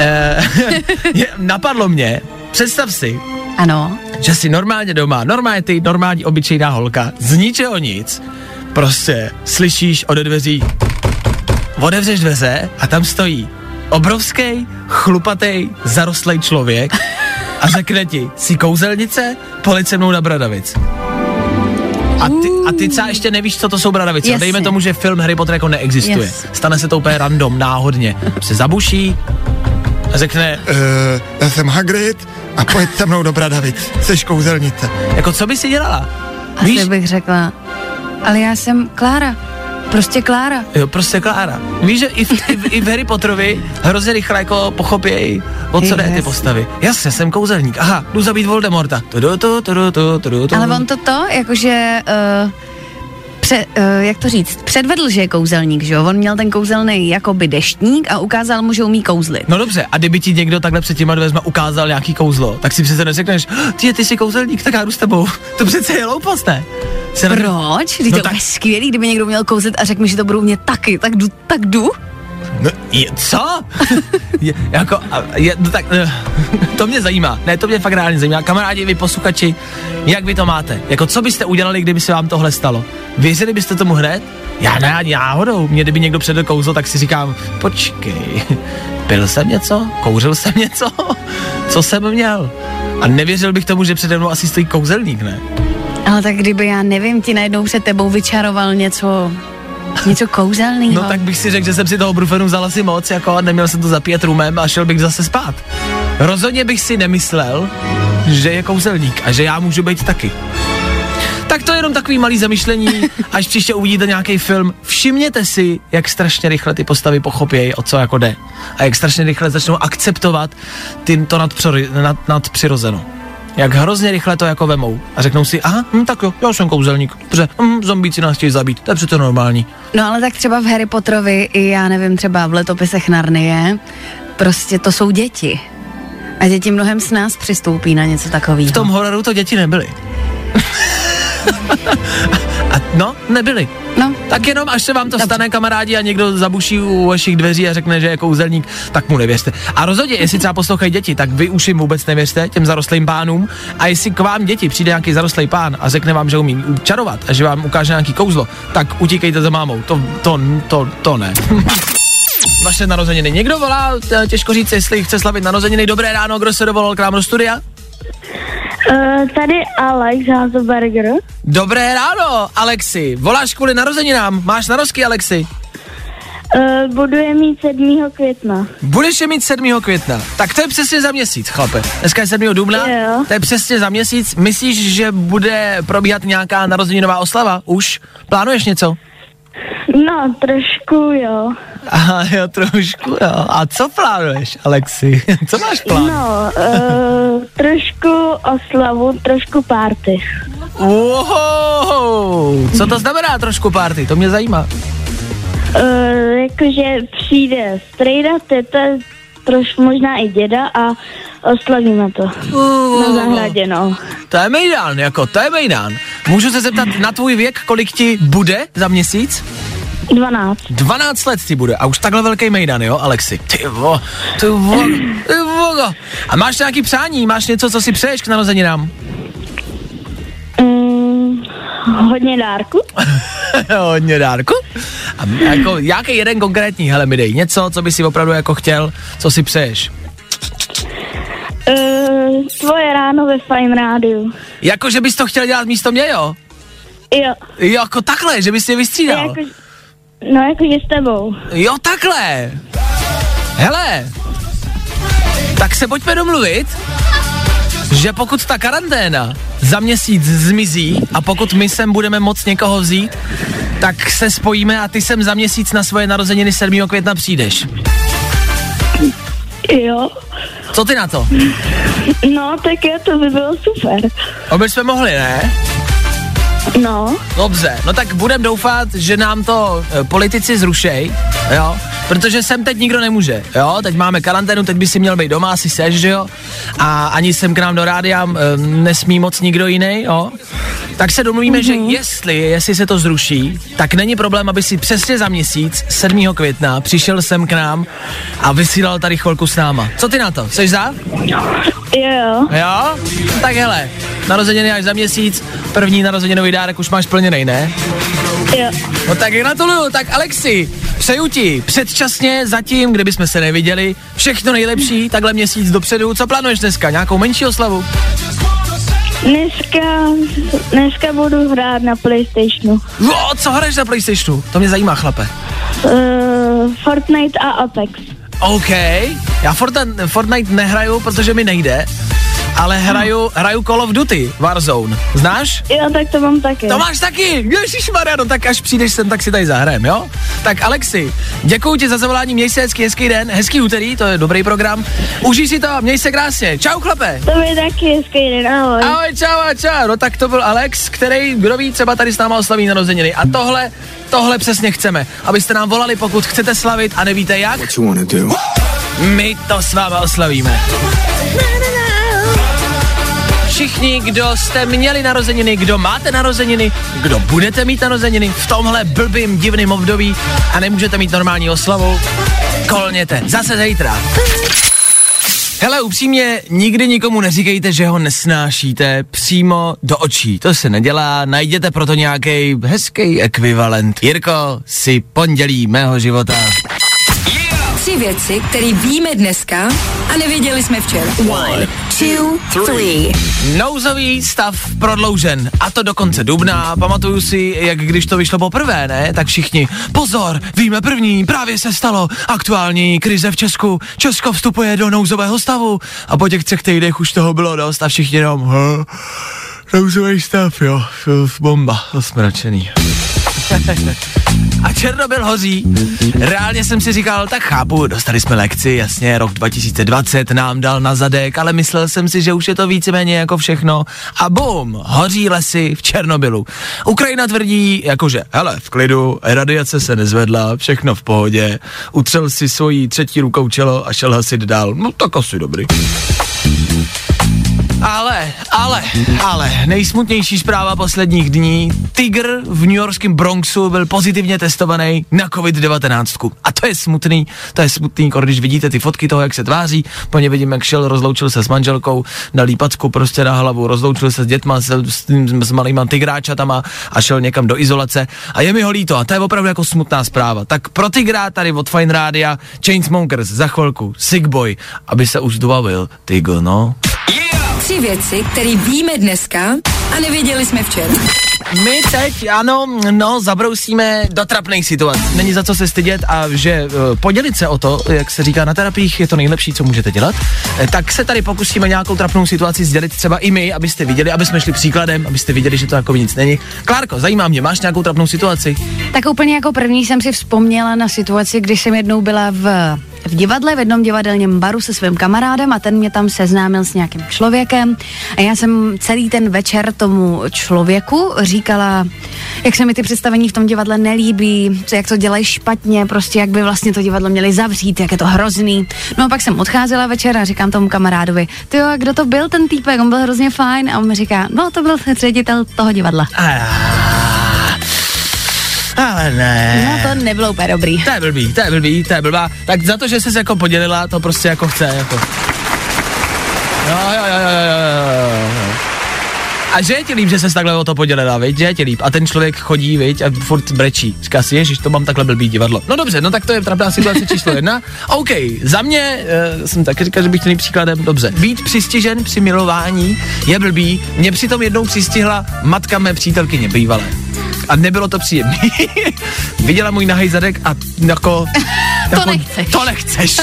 A: Napadlo mě, představ si,
D: ano,
A: že si normálně doma, normální obyčejná holka, z ničeho nic, prostě slyšíš ode dveří, otevřeš dveře a tam stojí obrovský, chlupatý, zarostlej člověk a řekne ti, jsi kouzelnice, pojď se mnou na Bradavic. A ty třeba ještě nevíš, co to jsou Bradavice. Jasně. Dejme tomu, že film Harry Potter jako neexistuje. Yes. Stane se to úplně random, náhodně. Se zabuší a řekne,
I: já jsem Hagrid a pojď se mnou do Bradavic. Jseš kouzelnice.
A: Jako co by si dělala?
D: Asi víš? Bych řekla, ale já jsem Klára. Prostě Klára.
A: Jo, prostě Klára. Víš, že i v Harry Potterovi hrozně rychle jako pochopějí, o co jde ty postavy. Jasně, jsem kouzelník. Aha, jdu zabít Voldemorta.
D: Ale on to, jakože jak to říct, předvedl, že je kouzelník, že jo? On měl ten kouzelný jakoby deštník a ukázal mu, že umí kouzlit.
A: No dobře, a kdyby ti někdo takhle před těma dveřma ukázal nějaký kouzlo, tak si přece neřekneš, ty jsi kouzelník, tak já jdu s tebou. To přece je hloupost, ne?
D: Proč? Když to je skvělý, kdyby někdo měl kouzlit a řekl mi, že to budou mě taky, tak jdu.
A: No, co? To mě zajímá. Ne, to mě fakt reálně zajímá. Kamarádi, vy posluchači, jak vy to máte? Jako, co byste udělali, kdyby se vám tohle stalo? Věřili byste tomu hned? Já ne, ani náhodou. Mě, kdyby někdo předl kouzlo, tak si říkám, počkej, pil jsem něco? Kouřil jsem něco? Co jsem měl? A nevěřil bych tomu, že přede mnou asi stojí kouzelník, ne?
D: Ale tak kdyby, já nevím, ti najednou před tebou vyčaroval něco kouzelného.
A: No tak bych si řekl, že jsem si toho brufenu vzal asi moc, jako neměl jsem to zapít rumem a šel bych zase spát. Rozhodně bych si nemyslel, že je kouzelník a že já můžu být taky. Tak to je jenom takový malý zamyšlení, až příště uvidíte nějaký film. Všimněte si, jak strašně rychle ty postavy pochopějí, o co jako jde. A jak strašně rychle začnou akceptovat to nadpřirozeno. Jak hrozně rychle to jako vemou a řeknou si, aha, tak jo, já jsem kouzelník, dobře, zombíci nás chtějí zabít, to je přece normální.
D: No ale tak třeba v Harry Potterovi i já nevím, třeba v Letopisech Narnie, prostě to jsou děti. A děti mnohem s nás přistoupí na něco takového.
A: V tom hororu to děti nebyly. Nebyli.
D: No.
A: Tak jenom, až se vám to stane, kamarádi, a někdo zabuší u vašich dveří a řekne, že je kouzelník, tak mu nevěřte. A rozhodně, jestli třeba poslouchají děti, tak vy už jim vůbec nevěřte, těm zarostlým pánům. A jestli k vám děti přijde nějaký zarostlý pán a řekne vám, že umí čarovat a že vám ukáže nějaký kouzlo, tak utíkejte za mámou. To ne. Vaše narozeniny. Někdo volá, těžko říct, jestli chce slavit narozeniny. Dobré ráno, kdo se dovolal k nám do studia?
C: Tady Alex Hazelberger.
A: Dobré ráno, Alexi. Voláš kvůli narozeninám? Máš narozky, Alexi?
C: Budu je mít 7. května.
A: Budeš je mít 7. května. Tak to je přesně za měsíc, chlape. Dneska je 7. dubna,
C: jo.
A: To je přesně za měsíc. Myslíš, že bude probíhat nějaká narozeninová oslava? Už? Plánuješ něco?
C: No, trošku jo.
A: Aha, jo, trošku jo. A co plánuješ, Alexi? Co máš plán?
C: No, trošku oslavu, trošku party.
A: Wow, co to znamená trošku party? To mě zajímá.
C: Jakože přijde strejda, teta, trošku možná i děda a oslavíme to na zahradě, no.
A: To je mejdán, to je mejdán. Můžu se zeptat na tvůj věk, kolik ti bude za měsíc?
C: 12.
A: 12 let ti bude a už takhle velký mejdan, jo, Alexi? Ty vogo. A máš nějaký přání? Máš něco, co si přeješ k narozeninám?
C: Hodně dárku.
A: Hodně dárku? A jako, jaký jeden konkrétní, hele mi dej, něco, co by si opravdu jako chtěl, co si přeješ?
C: Tvoje ráno ve Fajn rádiu.
A: Jako, že bys to chtěl dělat místo mě, jo?
C: Jo.
A: Jako takhle, že bys je vystřídal?
C: Jakože s tebou.
A: Jo, takhle. Hele, tak se pojďme domluvit, že pokud ta karanténa za měsíc zmizí a pokud my sem budeme moct někoho vzít, tak se spojíme a ty sem za měsíc na svoje narozeniny 7. května přijdeš.
C: Jo.
A: Co ty na to?
C: No, tak jo, to by bylo super.
A: Aby jsme mohli, ne?
C: No.
A: Dobře, no tak budem doufat, že nám to politici zrušej, jo, protože sem teď nikdo nemůže, jo, teď máme karanténu, teď by si měl být doma, asi seš, že jo, a ani sem k nám do rádia nesmí moc nikdo jiný, jo, tak se domluvíme, že jestli se to zruší, tak není problém, aby si přesně za měsíc, 7. května, přišel sem k nám a vysílal tady chvilku s náma. Co ty na to, seš za?
C: Jo.
A: Jo? Tak hele, narozeniny až za měsíc, první narozeninový dárek už máš plněnej, ne?
C: Jo.
A: No tak gratuluju, tak Alexi, přeju ti předčasně zatím, kde bychom se neviděli, všechno nejlepší, takhle měsíc dopředu. Co plánuješ dneska, nějakou menší oslavu?
C: Dneska budu hrát na PlayStationu.
A: Co hraješ na PlayStationu? To mě zajímá, chlape.
C: Fortnite a Apex.
A: OK, já Fortnite nehraju, protože mi nejde, ale hraju Call of Duty, Warzone. Znáš?
C: Jo, tak to mám taky.
A: To máš taky? Ježišmarja, no tak až přijdeš sem, tak si tady zahrajem, jo? Tak Alexi, děkuju ti za zavolání, měj se hezký den, hezký úterý, to je dobrý program. Užij si to, měj se krásně. Čau, chlape.
C: To je taky hezký den, ahoj.
A: Ahoj, čau. No tak to byl Alex, který, kdo ví, třeba tady s náma oslaví narozeniny. A tohle přesně chceme, abyste nám volali, pokud chcete slavit a nevíte jak. My to s váma oslavíme. Všichni, kdo jste měli narozeniny, kdo máte narozeniny, kdo budete mít narozeniny v tomhle blbým, divným období a nemůžete mít normální oslavu, kolněte. Zase zítra. Hele, upřímně, nikdy nikomu neříkejte, že ho nesnášíte přímo do očí. To se nedělá, najděte proto nějaký hezký ekvivalent. Jirko, si pondělí mého života.
G: 3 věci, které víme dneska a nevěděli jsme včera. 1, 2, 3.
A: Nouzový stav prodloužen, a to do konce dubna. Pamatuju si, jak když to vyšlo poprvé, ne? Tak všichni, pozor, víme první, právě se stalo aktuální krize v Česku. Česko vstupuje do nouzového stavu. A po těch 3 týdnech už toho bylo dost a všichni jenom, nouzový stav, jo, bomba, to jsme nadšený. A Černobyl hoří. Reálně jsem si říkal, tak chápu, dostali jsme lekci, jasně, rok 2020 nám dal na zadek, ale myslel jsem si, že už je to víceméně jako všechno. A bum, hoří lesy v Černobylu. Ukrajina tvrdí, jakože, hele, v klidu, radiace se nezvedla, všechno v pohodě, utřel si svojí 3. rukou čelo a šel hasit dál. No tak asi dobrý. Ale, nejsmutnější zpráva posledních dní. Tygr v newyorském Bronxu byl pozitivně testovaný na COVID-19. A to je smutný, když vidíte ty fotky toho, jak se tváří. Po ně vidím, jak šel, rozloučil se s manželkou, dal lípacku prostě na hlavu, rozloučil se s dětma, s malýma tygráčatama a šel někam do izolace. A je mi ho líto, a to je opravdu jako smutná zpráva. Tak pro tygra tady od Fine Rádia, Chainsmokers za chvilku, Sick Boy, aby se už dubavil, Tygr, no.
G: 3 věci, které víme dneska a nevěděli jsme včera.
A: My teď, zabrousíme do trapných situací. Není za co se stydět a že podělit se o to, jak se říká na terapiích, je to nejlepší, co můžete dělat. Tak se tady pokusíme nějakou trapnou situaci sdělit třeba i my, abyste viděli, aby jsme šli příkladem, abyste viděli, že to jako nic není. Klárko, zajímá mě, máš nějakou trapnou situaci?
D: Tak úplně jako první jsem si vzpomněla na situaci, kdy jsem jednou byla v divadle, v jednom divadelním baru se svým kamarádem a ten mě tam seznámil s nějakým člověkem a já jsem celý ten večer tomu člověku říkala, jak se mi ty představení v tom divadle nelíbí, jak to dělají špatně, prostě jak by vlastně to divadlo měli zavřít, jak je to hrozný. No a pak jsem odcházela večer a říkám tomu kamarádovi, tyjo, a kdo to byl ten týpek, on byl hrozně fajn a on mi říká, no to byl ředitel toho divadla.
A: Ale ne.
D: No to nebylo úplně dobrý.
A: To je blbá. Tak za to, že jsi se jako podělila, to prostě jako chce, jako. Jo. A že je ti líp, že ses takhle o to podělila, viď? Že je ti líp. A ten člověk chodí, viď? A furt brečí. Říká si, ježiš, to mám takhle blbý divadlo. No dobře, no tak to je trapná situace číslo 1. OK, za mě, jsem taky říkal, že bych chtěl příkladem, dobře. Být přistižen při milování je blbý. Mě přitom jednou přistihla matka mé přítelkyně bývalé. A nebylo to příjemné. Viděla můj nahej zadek a jako... To nechceš.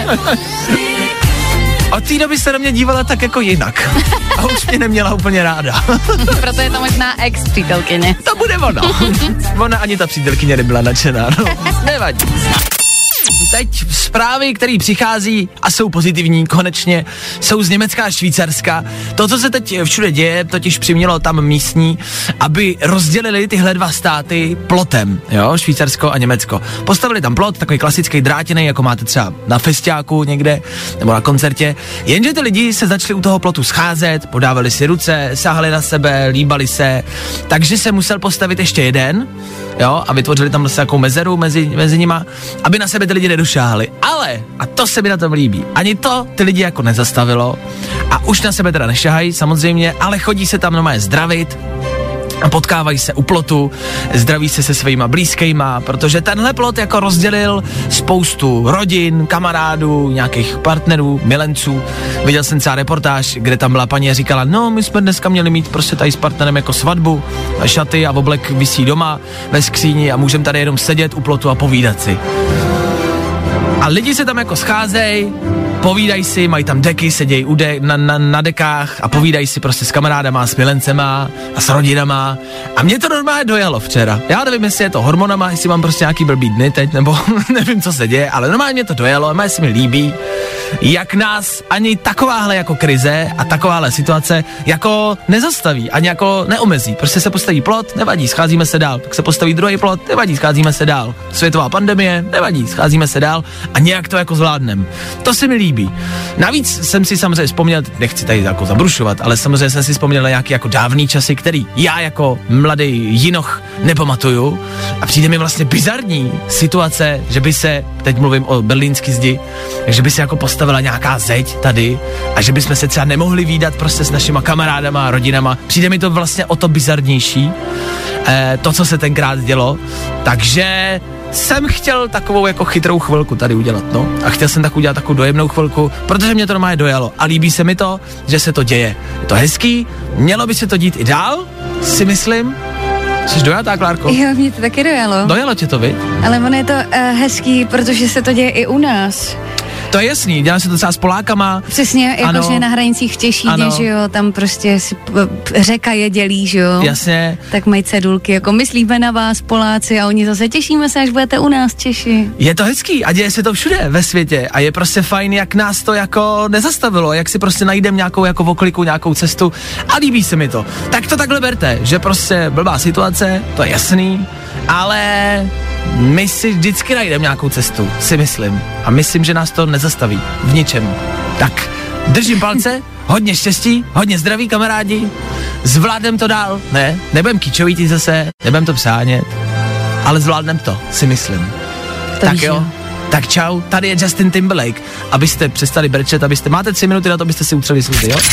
A: Od té doby se na mě dívala tak jako jinak. A už mě neměla úplně ráda.
D: Proto je to možná ex-přítelkyně.
A: To bude ono. Ona ani ta přítelkyně nebyla nadšená, no. Nevadí. Teď zprávy, které přichází a jsou pozitivní, konečně, jsou z Německa a Švýcarska. To, co se teď všude děje, totiž přimělo tam místní, aby rozdělili tyhle 2 státy plotem, jo, Švýcarsko a Německo. Postavili tam plot, takový klasický drátěnej, jako máte třeba na festiáku někde, nebo na koncertě, jenže ty lidi se začali u toho plotu scházet, podávali si ruce, sahali na sebe, líbali se, takže se musel postavit ještě jeden, jo, a vytvořili tam zase takovou mezeru mezi nima, aby na sebe ty lidi nedošáhli. Ale, a to se mi na tom líbí, ani to ty lidi jako nezastavilo a už na sebe teda nešahají samozřejmě, ale chodí se tam normálně zdravit a potkávají se u plotu, zdraví se se svýma blízkejma, protože tenhle plot jako rozdělil spoustu rodin, kamarádů, nějakých partnerů, milenců. Viděl jsem třeba reportáž, kde tam byla paní a říkala, no my jsme dneska měli mít prostě tady s partnerem jako svatbu, šaty a oblek visí doma ve skříni a můžeme tady jenom sedět u plotu a povídat si. A lidi se tam jako scházejí povídají si, mají tam deky, sedějí na dekách a povídají si prostě s kamarádama, s milencema a s rodinama. A mě to normálně dojalo včera. Já nevím, jestli je to hormonama, jestli mám prostě nějaký blbý dny teď, nebo nevím, co se děje, ale normálně mě to dojalo, normálně se mi líbí, jak nás ani takováhle jako krize a takováhle situace jako nezastaví, ani jako neomezí. Prostě se postaví plot, nevadí, scházíme se dál. Tak se postaví druhý plot, nevadí, scházíme se dál. Světová pandemie, nevadí, scházíme se dál a nějak to jako zvládnem. To se mi líbí. Navíc jsem si samozřejmě vzpomněl, nechci tady jako zabrušovat, ale samozřejmě jsem si vzpomněl na nějaký jako dávný časy, který já jako mladý jinoch nepamatuju a přijde mi vlastně bizarní situace, že by se, teď mluvím o berlínský zdi, že by se jako postavila nějaká zeď tady a že bychom se třeba nemohli vídat prostě s našima kamarádama a rodinama. Přijde mi to vlastně o to bizarnější, to, co se tenkrát dělo, takže jsem chtěl takovou jako chytrou chvilku tady udělat, no. A chtěl jsem tak udělat takovou dojemnou chvilku, protože mě to normálně dojalo. A líbí se mi to, že se to děje. Je to hezký, mělo by se to dít i dál, si myslím. Jsi dojatá, Klárko?
D: Jo, mě to taky dojalo.
A: Dojalo tě to, viď?
D: Ale ono je to hezký, protože se to děje i u nás.
A: To je jasný, dělám se to třeba s Polákama.
D: Přesně, jakože na hranicích v Těšíně, že jo, tam prostě si řeka je dělí, že jo.
A: Jasně.
D: Tak mají cedulky, jako myslíme na vás Poláci a oni zase těšíme se, až budete u nás Češi.
A: Je to hezký a děje se to všude ve světě a je prostě fajn, jak nás to jako nezastavilo, jak si prostě najdeme nějakou jako okliku, nějakou cestu a líbí se mi to. Tak to takhle berte, že prostě blbá situace, to je jasný, ale my si vždycky najdeme nějakou cestu, si myslím. A myslím, že nás to nezastaví v ničem. Tak, držím palce, hodně štěstí, hodně zdraví, kamarádi. Zvládnem to dál, ne? Nebudem kýčovitý zase, nebudem to přánět, ale zvládnem to, si myslím.
D: To
A: tak jo. Tak čau, tady je Justin Timberlake. Abyste přestali brečet, máte 3 minuty na to, abyste si utřeli slzy, jo?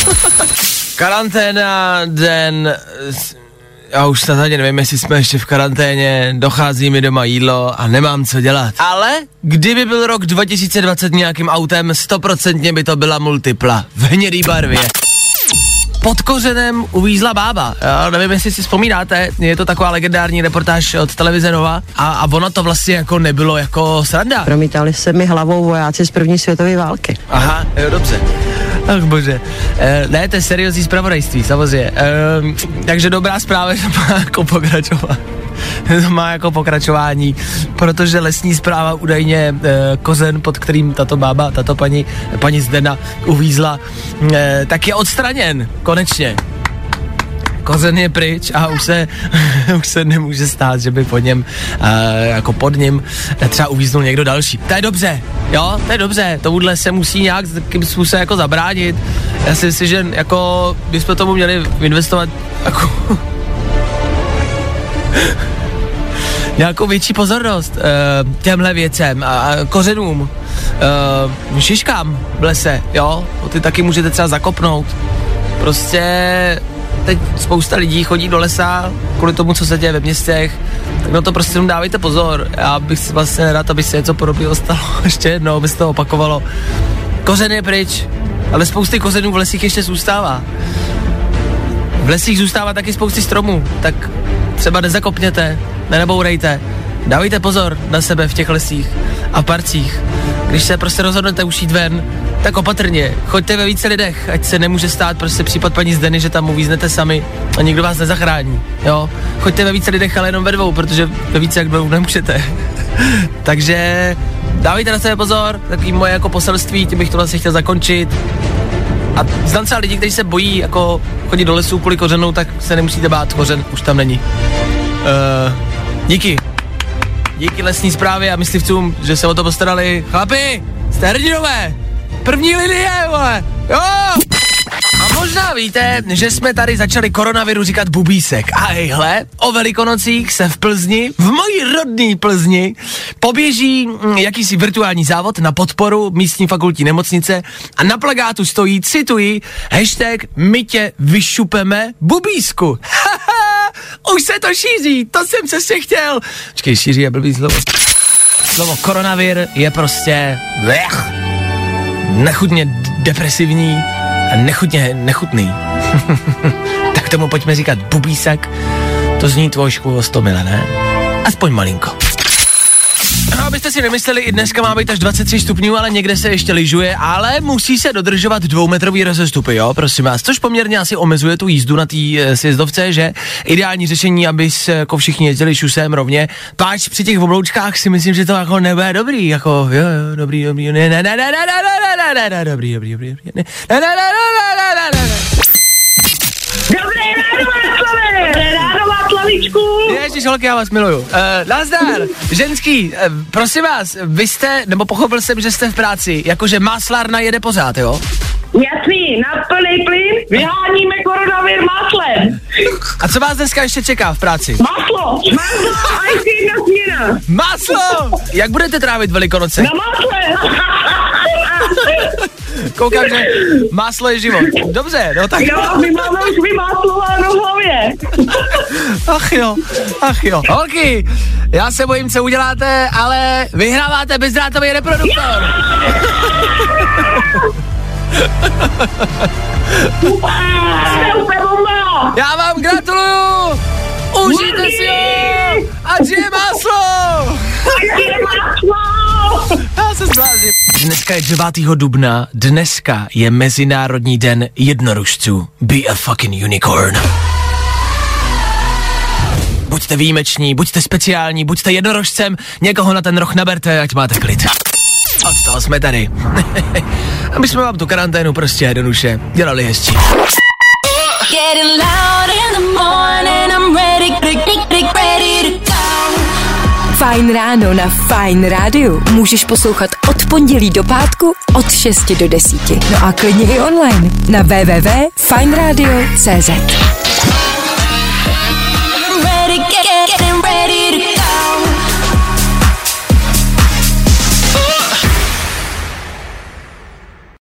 A: Karanténa, den... Já už snad ani nevím, jestli jsme ještě v karanténě, dochází mi doma jídlo a nemám co dělat. Ale kdyby byl rok 2020 nějakým autem, 100% by to byla multipla v hnědý barvě. Pod kořenem uvízla bába. Já nevím, jestli si vzpomínáte, je to taková legendární reportáž od televize Nova a ono to vlastně jako nebylo jako sranda.
J: Promítali se mi hlavou vojáci z první světové války.
A: Aha, jo, dobře. Ach bože. Ne, to je seriózní zpravodajství, samozřejmě. Takže dobrá zpráva, že má jako pokračovat. To má jako pokračování, protože lesní správa údajně kořen, pod kterým tato bába, tato paní Zdena uvízla, tak je odstraněn, konečně. Kořen je pryč a už se nemůže stát, že by pod něm, jako pod ním třeba uvíznul někdo další. To je dobře, jo, to je dobře, tomuhle se musí nějak způsobem jako zabránit. Já si myslím, že jako bychom tomu měli investovat jako nějakou větší pozornost těmhle věcem a kořenům, šiškám v lese, jo, ty taky můžete třeba zakopnout. Prostě teď spousta lidí chodí do lesa kvůli tomu, co se děje ve městech, tak na to prostě jenom dávejte pozor. Já bych vlastně nerad, aby se něco podobného stalo ještě jednou, aby se to opakovalo. Kořen je pryč, ale spousty kořenů v lesích ještě zůstává. V lesích zůstává taky spousty stromů, tak třeba nezakopněte, nenebourejte, dávejte pozor na sebe v těch lesích a parcích. Když se prostě rozhodnete už jít ven, tak opatrně, choďte ve více lidech, ať se nemůže stát prostě případ paní Zdeny, že tam uvíznete sami a nikdo vás nezachrání, jo. Choďte ve více lidech, ale jenom ve 2, protože ve více jak 2 nemůžete. Takže dávejte na sebe pozor, takový moje jako poselství, tím bych tohle si chtěl zakončit. A znám třeba lidi, kteří se bojí jako chodit do lesů kvůli kořenu, tak se nemusíte bát, kořen už tam není. Díky lesní správě a myslivcům, že se o to postarali. Chlapi, jste hrdinové, první linie, vole, jo! A možná víte, že jsme tady začali koronaviru říkat bubísek. A ejhle, o Velikonocích se v Plzni, v mojí rodný Plzni, poběží jakýsi virtuální závod na podporu místní fakultní nemocnice a na plakátu stojí, cituji, hashtag my tě vyšupeme bubísku. Už se to šíří, to jsem přesně chtěl. Počkej, šíří je blbý slovo. Slovo koronavir je prostě nechutně depresivní a nechutný. Tak tomu pojďme říkat bubísek. To zní trošku ostomile, ne? Aspoň malinko. Ano, abyste si nemysleli, i dneska má být až 23 stupňů, ale někde se ještě lyžuje, ale musí se dodržovat 2metrový rozestupy, jo, prosím vás, což poměrně asi omezuje tu jízdu na té sjezdovce, že ideální řešení, aby se jako všichni jezdili šusem rovně, páč při těch obloučkách si myslím, že to jako nebude dobrý, jako jo, dobrý,
C: Dobré ráno, Václavičku.
A: Ježiš, holky, já vás miluju. Nazdar, ženský, prosím vás, vy jste, nebo pochopil jsem, že jste v práci, jakože máslárna jede pořád, jo?
C: Jasný, na plný plyn vyháníme koronavir máslem.
A: A co vás dneska ještě čeká v práci?
C: Máslo a ještě jedna směna.
A: Máslo! Jak budete trávit Velikonoce?
C: Na másle.
A: Koukám, že máslo je život. Dobře, no tak...
C: Jo, my máme už vymáslováno v hlavě.
A: Ach jo. Holky, já se bojím, co uděláte, ale vyhráváte bezdrátový reproduktor. Já vám gratuluju! Užijte si ho! Ať je máslo! Já se zblázím. Dneska je 9. dubna, dneska je Mezinárodní den jednorožců. Be a fucking unicorn. Buďte výjimeční, buďte speciální, buďte jednorožcem, někoho na ten roh naberte, ať máte klid. Od toho jsme tady. A my jsme vám tu karanténu prostě jednoduše dělali hezčí.
G: Fajn ráno na Fajn rádiu můžeš poslouchat od pondělí do pátku od 6 do 10. No a klidně i online na www.fajnradio.cz.